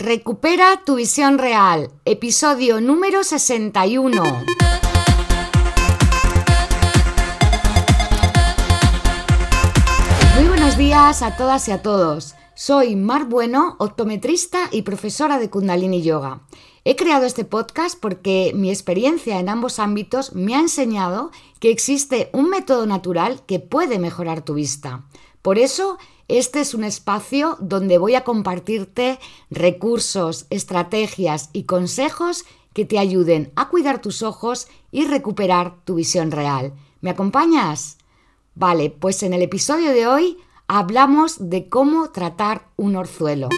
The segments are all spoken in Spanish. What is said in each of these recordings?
Recupera tu visión real, episodio número 61. Muy buenos días a todas y a todos. Soy Mar Bueno, optometrista y profesora de Kundalini Yoga. He creado este podcast porque mi experiencia en ambos ámbitos me ha enseñado que existe un método natural que puede mejorar tu vista. Por eso, este es un espacio donde voy a compartirte recursos, estrategias y consejos que te ayuden a cuidar tus ojos y recuperar tu visión real. ¿Me acompañas? Vale, pues en el episodio de hoy hablamos de cómo tratar un orzuelo.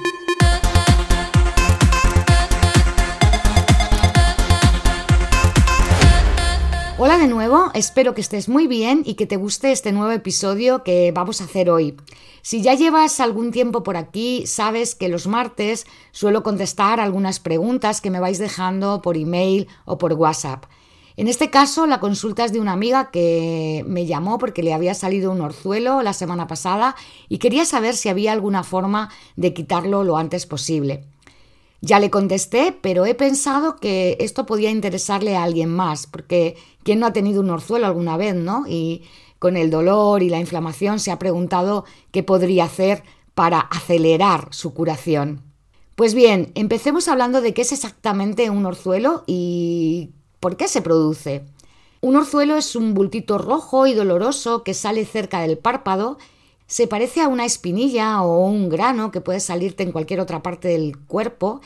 Hola de nuevo, espero que estés muy bien y que te guste este nuevo episodio que vamos a hacer hoy. Si ya llevas algún tiempo por aquí, sabes que los martes suelo contestar algunas preguntas que me vais dejando por email o por WhatsApp. En este caso, la consulta es de una amiga que me llamó porque le había salido un orzuelo la semana pasada y quería saber si había alguna forma de quitarlo lo antes posible. Ya le contesté, pero he pensado que esto podía interesarle a alguien más, porque ¿quién no ha tenido un orzuelo alguna vez, no? Y con el dolor y la inflamación se ha preguntado qué podría hacer para acelerar su curación. Pues bien, empecemos hablando de qué es exactamente un orzuelo y por qué se produce. Un orzuelo es un bultito rojo y doloroso que sale cerca del párpado. Se parece a una espinilla o un grano que puede salirte en cualquier otra parte del cuerpo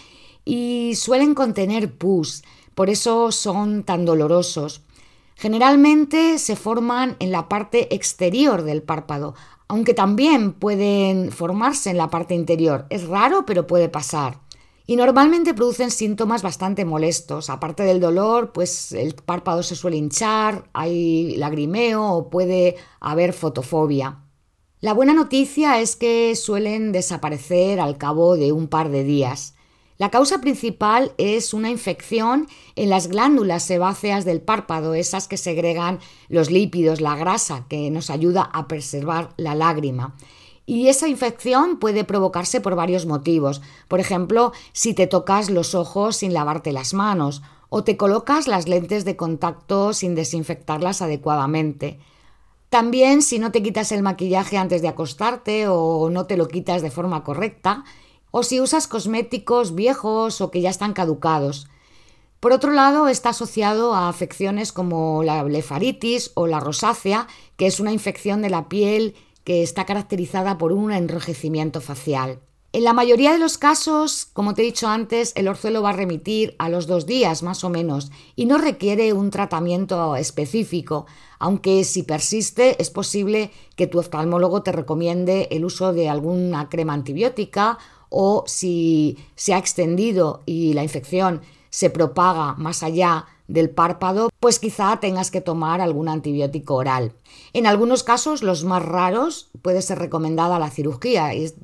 y suelen contener pus, por eso son tan dolorosos. Generalmente se forman en la parte exterior del párpado, aunque también pueden formarse en la parte interior. Es raro, pero puede pasar. Y normalmente producen síntomas bastante molestos. Aparte del dolor, pues el párpado se suele hinchar, hay lagrimeo o puede haber fotofobia. La buena noticia es que suelen desaparecer al cabo de un par de días. La causa principal es una infección en las glándulas sebáceas del párpado, esas que segregan los lípidos, la grasa, que nos ayuda a preservar la lágrima. Y esa infección puede provocarse por varios motivos. Por ejemplo, si te tocas los ojos sin lavarte las manos o te colocas las lentes de contacto sin desinfectarlas adecuadamente. También si no te quitas el maquillaje antes de acostarte o no te lo quitas de forma correcta, o si usas cosméticos viejos o que ya están caducados. Por otro lado, está asociado a afecciones como la blefaritis o la rosácea, que es una infección de la piel que está caracterizada por un enrojecimiento facial. En la mayoría de los casos, como te he dicho antes, el orzuelo va a remitir a los 2 días más o menos y no requiere un tratamiento específico, aunque si persiste es posible que tu oftalmólogo te recomiende el uso de alguna crema antibiótica o si se ha extendido y la infección se propaga más allá del párpado, pues quizá tengas que tomar algún antibiótico oral. En algunos casos, los más raros, puede ser recomendada la cirugía, es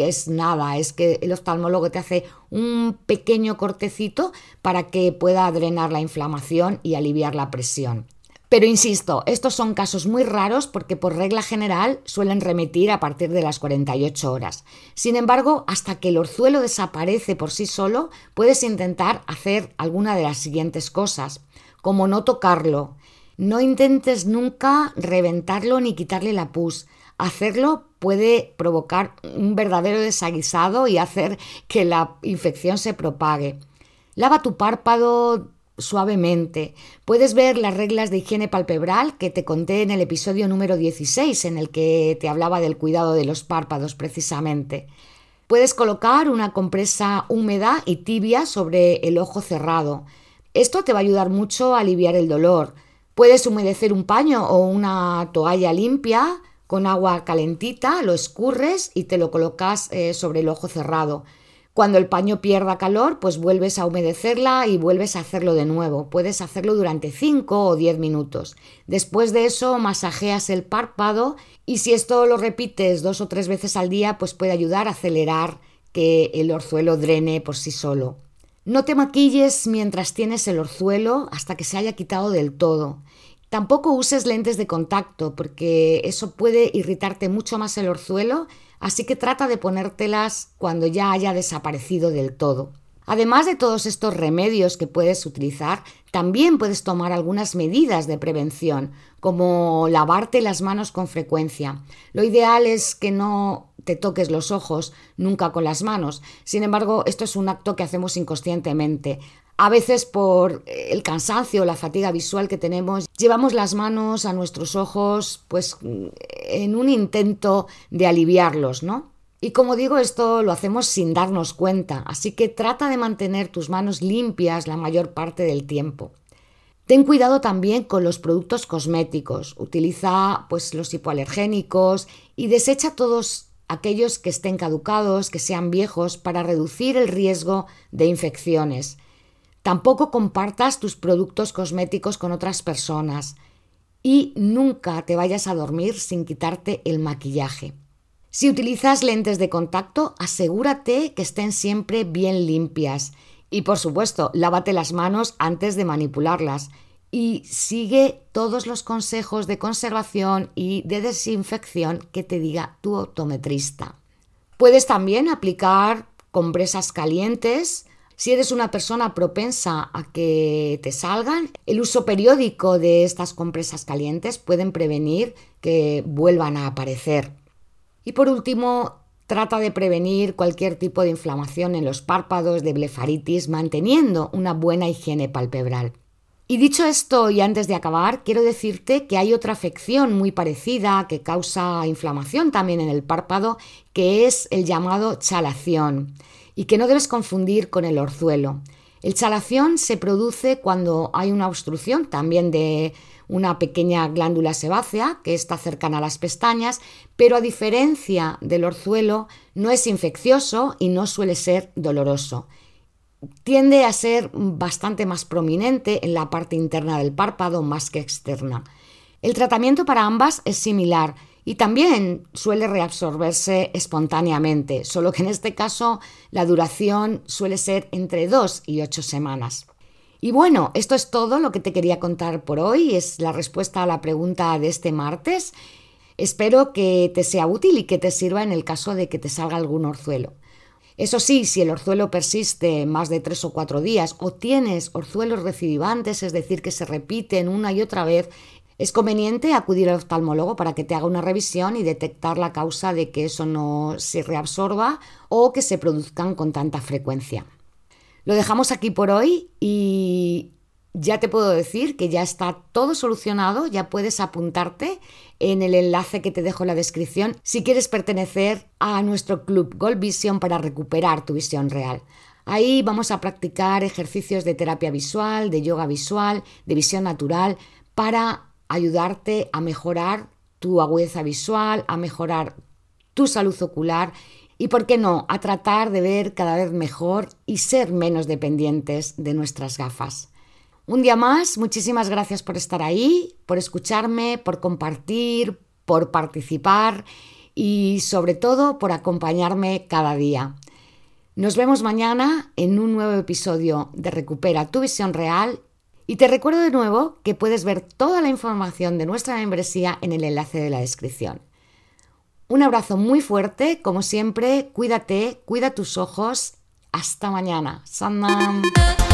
que el oftalmólogo te hace un pequeño cortecito para que pueda drenar la inflamación y aliviar la presión. Pero insisto, estos son casos muy raros porque por regla general suelen remitir a partir de las 48 horas. Sin embargo, hasta que el orzuelo desaparece por sí solo, puedes intentar hacer alguna de las siguientes cosas, como no tocarlo. No intentes nunca reventarlo ni quitarle la pus. Hacerlo puede provocar un verdadero desaguisado y hacer que la infección se propague. Lava tu párpado suavemente. Puedes ver las reglas de higiene palpebral que te conté en el episodio número 16, en el que te hablaba del cuidado de los párpados precisamente. Puedes colocar una compresa húmeda y tibia sobre el ojo cerrado. Esto te va a ayudar mucho a aliviar el dolor. Puedes humedecer un paño o una toalla limpia con agua calentita, lo escurres y te lo colocas sobre el ojo cerrado. Cuando el paño pierda calor, pues vuelves a humedecerla y vuelves a hacerlo de nuevo. Puedes hacerlo durante 5 o 10 minutos. Después de eso, masajeas el párpado y si esto lo repites 2 o 3 veces al día, pues puede ayudar a acelerar que el orzuelo drene por sí solo. No te maquilles mientras tienes el orzuelo hasta que se haya quitado del todo. Tampoco uses lentes de contacto porque eso puede irritarte mucho más el orzuelo, así que trata de ponértelas cuando ya haya desaparecido del todo. Además de todos estos remedios que puedes utilizar, también puedes tomar algunas medidas de prevención, como lavarte las manos con frecuencia. Lo ideal es que no te toques los ojos nunca con las manos. Sin embargo, esto es un acto que hacemos inconscientemente. A veces por el cansancio o la fatiga visual que tenemos, llevamos las manos a nuestros ojos pues en un intento de aliviarlos, ¿no? Y como digo, esto lo hacemos sin darnos cuenta, así que trata de mantener tus manos limpias la mayor parte del tiempo. Ten cuidado también con los productos cosméticos. Utiliza pues los hipoalergénicos y desecha todos aquellos que estén caducados, que sean viejos, para reducir el riesgo de infecciones. Tampoco compartas tus productos cosméticos con otras personas y nunca te vayas a dormir sin quitarte el maquillaje. Si utilizas lentes de contacto, asegúrate que estén siempre bien limpias y, por supuesto, lávate las manos antes de manipularlas y sigue todos los consejos de conservación y de desinfección que te diga tu optometrista. Puedes también aplicar compresas calientes. Si eres una persona propensa a que te salgan, el uso periódico de estas compresas calientes pueden prevenir que vuelvan a aparecer. Y por último, trata de prevenir cualquier tipo de inflamación en los párpados, de blefaritis, manteniendo una buena higiene palpebral. Y dicho esto, y antes de acabar, quiero decirte que hay otra afección muy parecida que causa inflamación también en el párpado, que es el llamado chalación, y que no debes confundir con el orzuelo. El chalación se produce cuando hay una obstrucción también de una pequeña glándula sebácea que está cercana a las pestañas, pero a diferencia del orzuelo no es infeccioso y no suele ser doloroso. Tiende a ser bastante más prominente en la parte interna del párpado más que externa. El tratamiento para ambas es similar y también suele reabsorberse espontáneamente, solo que en este caso la duración suele ser entre 2 y 8 semanas. Y bueno, esto es todo lo que te quería contar por hoy, es la respuesta a la pregunta de este martes. Espero que te sea útil y que te sirva en el caso de que te salga algún orzuelo. Eso sí, si el orzuelo persiste más de 3 o 4 días o tienes orzuelos recidivantes, es decir, que se repiten una y otra vez, es conveniente acudir al oftalmólogo para que te haga una revisión y detectar la causa de que eso no se reabsorba o que se produzcan con tanta frecuencia. Lo dejamos aquí por hoy y ya te puedo decir que ya está todo solucionado, ya puedes apuntarte en el enlace que te dejo en la descripción si quieres pertenecer a nuestro club Gold Vision para recuperar tu visión real. Ahí vamos a practicar ejercicios de terapia visual, de yoga visual, de visión natural para ayudarte a mejorar tu agudeza visual, a mejorar tu salud ocular y, ¿por qué no?, a tratar de ver cada vez mejor y ser menos dependientes de nuestras gafas. Un día más, muchísimas gracias por estar ahí, por escucharme, por compartir, por participar y sobre todo por acompañarme cada día. Nos vemos mañana en un nuevo episodio de Recupera tu visión real y te recuerdo de nuevo que puedes ver toda la información de nuestra membresía en el enlace de la descripción. Un abrazo muy fuerte, como siempre, cuídate, cuida tus ojos. Hasta mañana. Sannam.